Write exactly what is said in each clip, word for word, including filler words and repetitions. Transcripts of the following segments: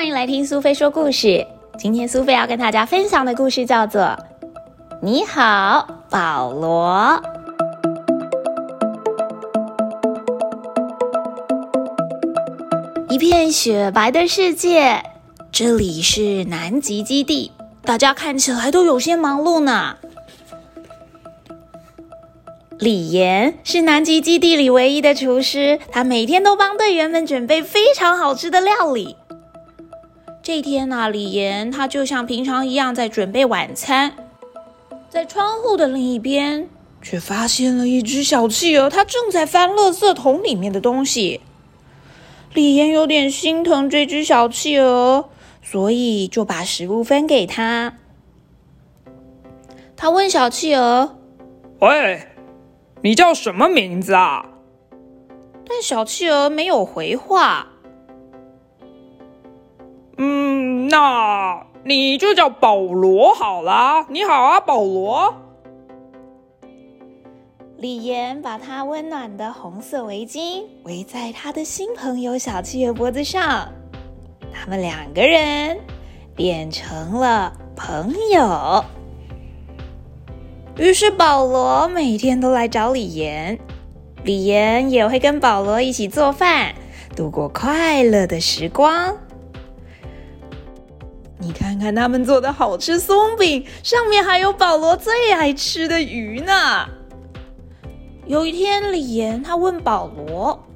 欢迎来听苏菲说故事。今天苏菲要跟大家分享的故事叫做《你好，保罗》。一片雪白的世界，这里是南极基地，大家看起来都有些忙碌呢。李岩是南极基地里唯一的厨师，他每天都帮队员们准备非常好吃的料理。这天啊，李岩他就像平常一样在准备晚餐，在窗户的另一边，却发现了一只小企鹅，它正在翻垃圾桶里面的东西。李岩有点心疼这只小企鹅，所以就把食物分给他。他问小企鹅：“ 喂，你叫什么名字啊？” 但小企鹅没有回话。 嗯，那你就叫保罗好啦。你好啊，保罗。 李岩把他温暖的红色围巾围在他的新朋友小企鹅脖子上，他们两个人变成了朋友。于是保罗每天都来找李岩，李岩也会跟保罗一起做饭，度过快乐的时光。你看看他们做的好吃松饼，上面还有保罗最爱吃的鱼呢。有一天，李岩他问保罗：“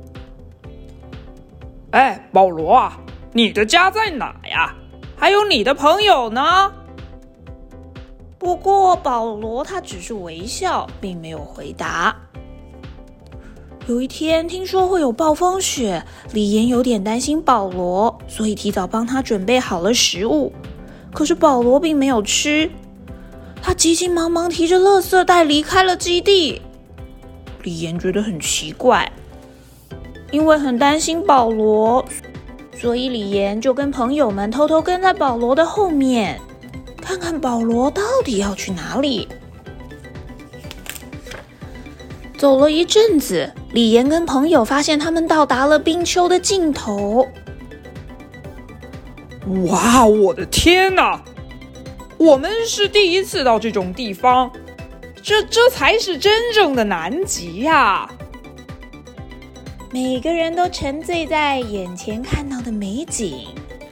哎，保罗啊，你的家在哪呀？还有你的朋友呢？” 不过保罗他只是微笑，并没有回答。有一天，听说会有暴风雪，李岩有点担心保罗，所以提早帮他准备好了食物。可是保罗并没有吃，他急急忙忙提着垃圾袋离开了基地。李岩觉得很奇怪，因为很担心保罗，所以李岩就跟朋友们偷偷跟在保罗的后面，看看保罗到底要去哪里。走了一阵子，李岩跟朋友发现他们到达了冰丘的尽头。 哇，我的天哪！我们是第一次到这种地方，这这才是真正的南极呀！ 每个人都沉醉在眼前看到的美景，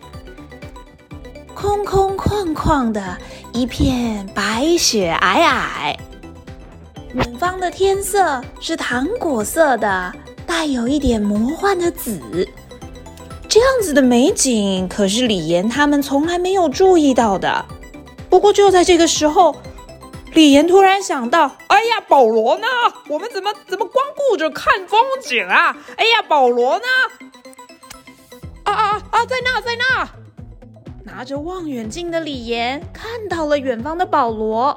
空空旷旷的一片白雪皑皑。远方的天色是糖果色的，带有一点魔幻的紫。这样子的美景可是李岩他们从来没有注意到的。不过就在这个时候，李岩突然想到： 哎呀，保罗呢？我们怎么怎么光顾着看风景啊？哎呀，保罗呢？ 啊啊啊！在那，在那！拿着望远镜的李岩看到了远方的保罗。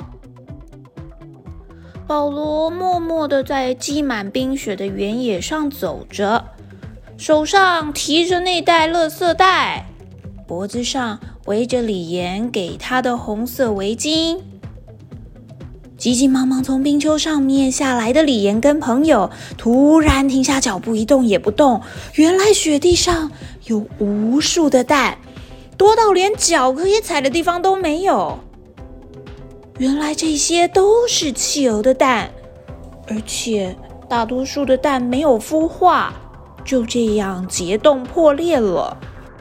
保罗默默地在积满冰雪的原野上走着，手上提着那袋垃圾袋，脖子上围着李岩给他的红色围巾。急急忙忙从冰丘上面下来的李岩跟朋友突然停下脚步，一动也不动。原来雪地上有无数的蛋，多到连脚可以踩的地方都没有。原来这些都是企鹅的蛋，而且大多数的蛋没有孵化，就这样结冻破裂了。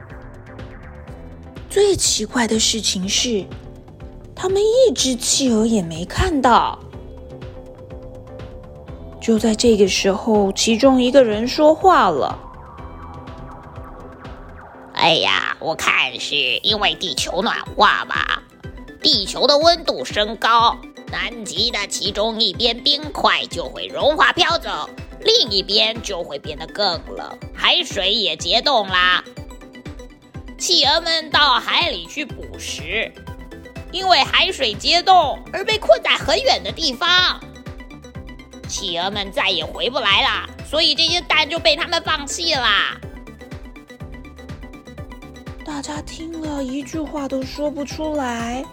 最奇怪的事情是，他们一只企鹅也没看到。就在这个时候，其中一个人说话了：“ 哎呀，我看是因为地球暖化吧。地球的温度升高，南极的其中一边冰块就会融化飘走，另一边就会变得更冷，海水也结冻啦。企鹅们到海里去捕食，因为海水结冻而被困在很远的地方。企鹅们再也回不来啦，所以这些蛋就被他们放弃啦。” 大家听了一句话都说不出来。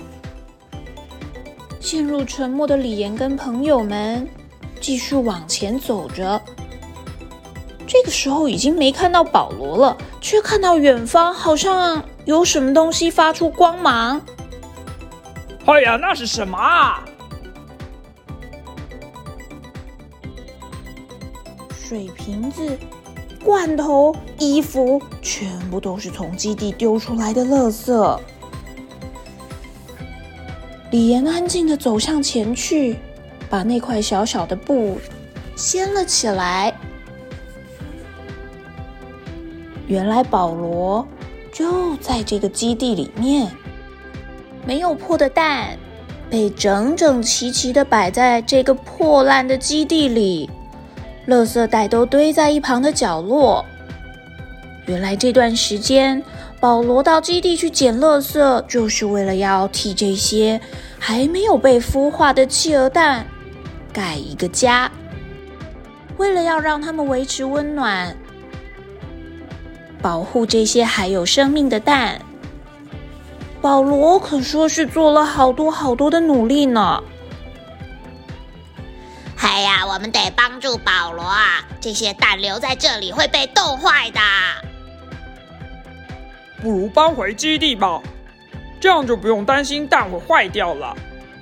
陷入沉默的李岩跟朋友们继续往前走着。这个时候已经没看到保罗了， 却看到远方好像有什么东西发出光芒。 哎呀，那是什么啊？ 水瓶子、罐头、衣服，全部都是从基地丢出来的垃圾。李岩安静地走向前去，把那块小小的布掀了起来。原来保罗就在这个基地里面，没有破的蛋被整整齐齐地摆在这个破烂的基地里，垃圾袋都堆在一旁的角落。原来这段时间，保罗到基地去捡垃圾，就是为了要替这些还没有被孵化的企鹅蛋盖一个家。为了要让它们维持温暖，保护这些还有生命的蛋，保罗可说是做了好多好多的努力呢。 哎呀，我们得帮助保罗啊！这些蛋留在这里会被冻坏的。 不如搬回基地吧，这样就不用担心蛋会坏掉了。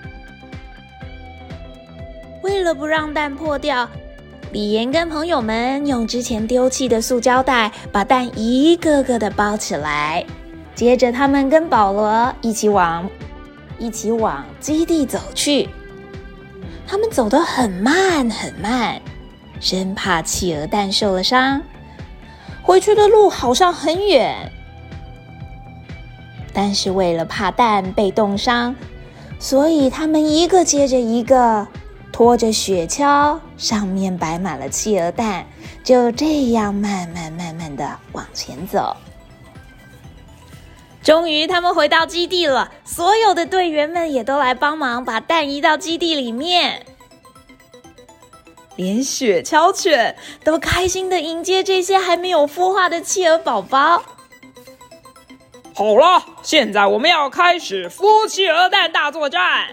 为了不让蛋破掉，李岩跟朋友们用之前丢弃的塑胶袋把蛋一个个的包起来，接着他们跟保罗一起往一起往基地走去。他们走得很慢很慢，生怕企鹅蛋受了伤。回去的路好像很远，但是为了怕蛋被冻伤，所以他们一个接着一个拖着雪橇，上面摆满了企鹅蛋，就这样慢慢慢慢的往前走。终于他们回到基地了，所有的队员们也都来帮忙把蛋移到基地里面。连雪橇犬都开心的迎接这些还没有孵化的企鹅宝宝。 好了，现在我们要开始孵企鹅蛋大作战。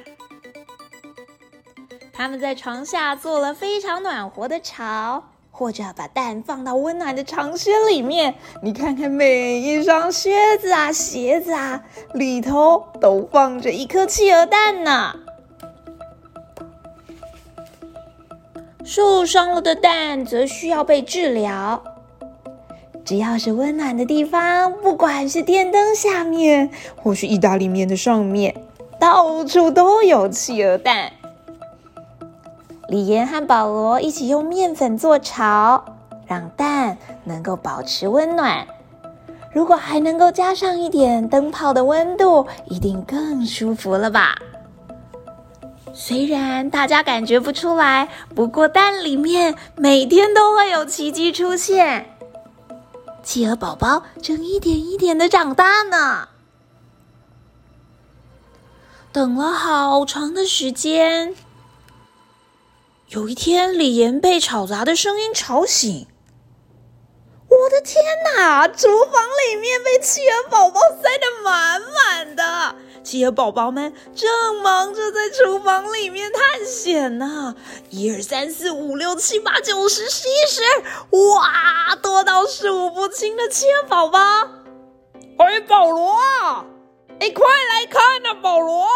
他们在床下做了非常暖和的巢，或者把蛋放到温暖的长靴里面。你看看每一双靴子啊、鞋子啊，里头都放着一颗企鹅蛋呢。受伤了的蛋则需要被治疗。只要是温暖的地方，不管是电灯下面，或是意大利面的上面，到处都有企鹅蛋。李岩和保罗一起用面粉做巢，让蛋能够保持温暖。如果还能够加上一点灯泡的温度，一定更舒服了吧？虽然大家感觉不出来，不过蛋里面每天都会有奇迹出现。企鹅宝宝正一点一点的长大呢。等了好长的时间，有一天，李岩被吵杂的声音吵醒。我的天哪！厨房里面被企鹅宝宝塞得满满的，企鹅宝宝们正忙着在厨房里面探险呢。一二三四五六七八九十十一十二，哇，多到数不清的企鹅宝宝！ 哎，保罗啊！哎，快来看啊，保罗！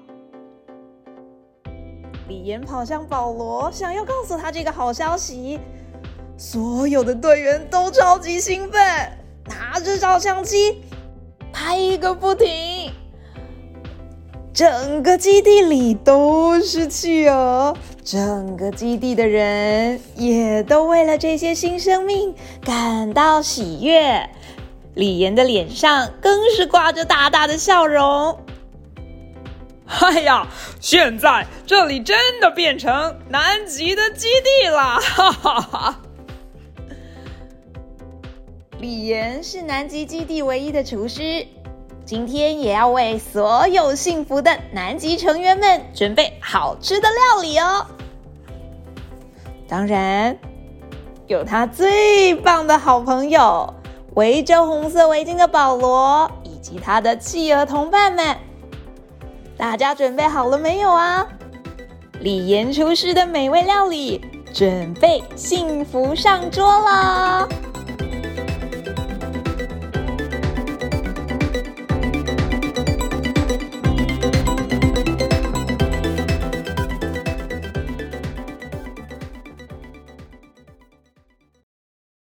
李岩跑向保罗，想要告诉他这个好消息。所有的队员都超级兴奋，拿着照相机拍个不停。整个基地里都是企鹅，整个基地的人也都为了这些新生命感到喜悦。李岩的脸上更是挂着大大的笑容。 哎呀，现在这里真的变成南极的基地了，哈哈哈！ 李岩是南极基地唯一的厨师，今天也要为所有幸福的南极成员们准备好吃的料理哦。当然，有他最棒的好朋友，围着红色围巾的保罗，以及他的企鹅同伴们。大家准备好了没有啊？李岩厨师的美味料理准备幸福上桌了。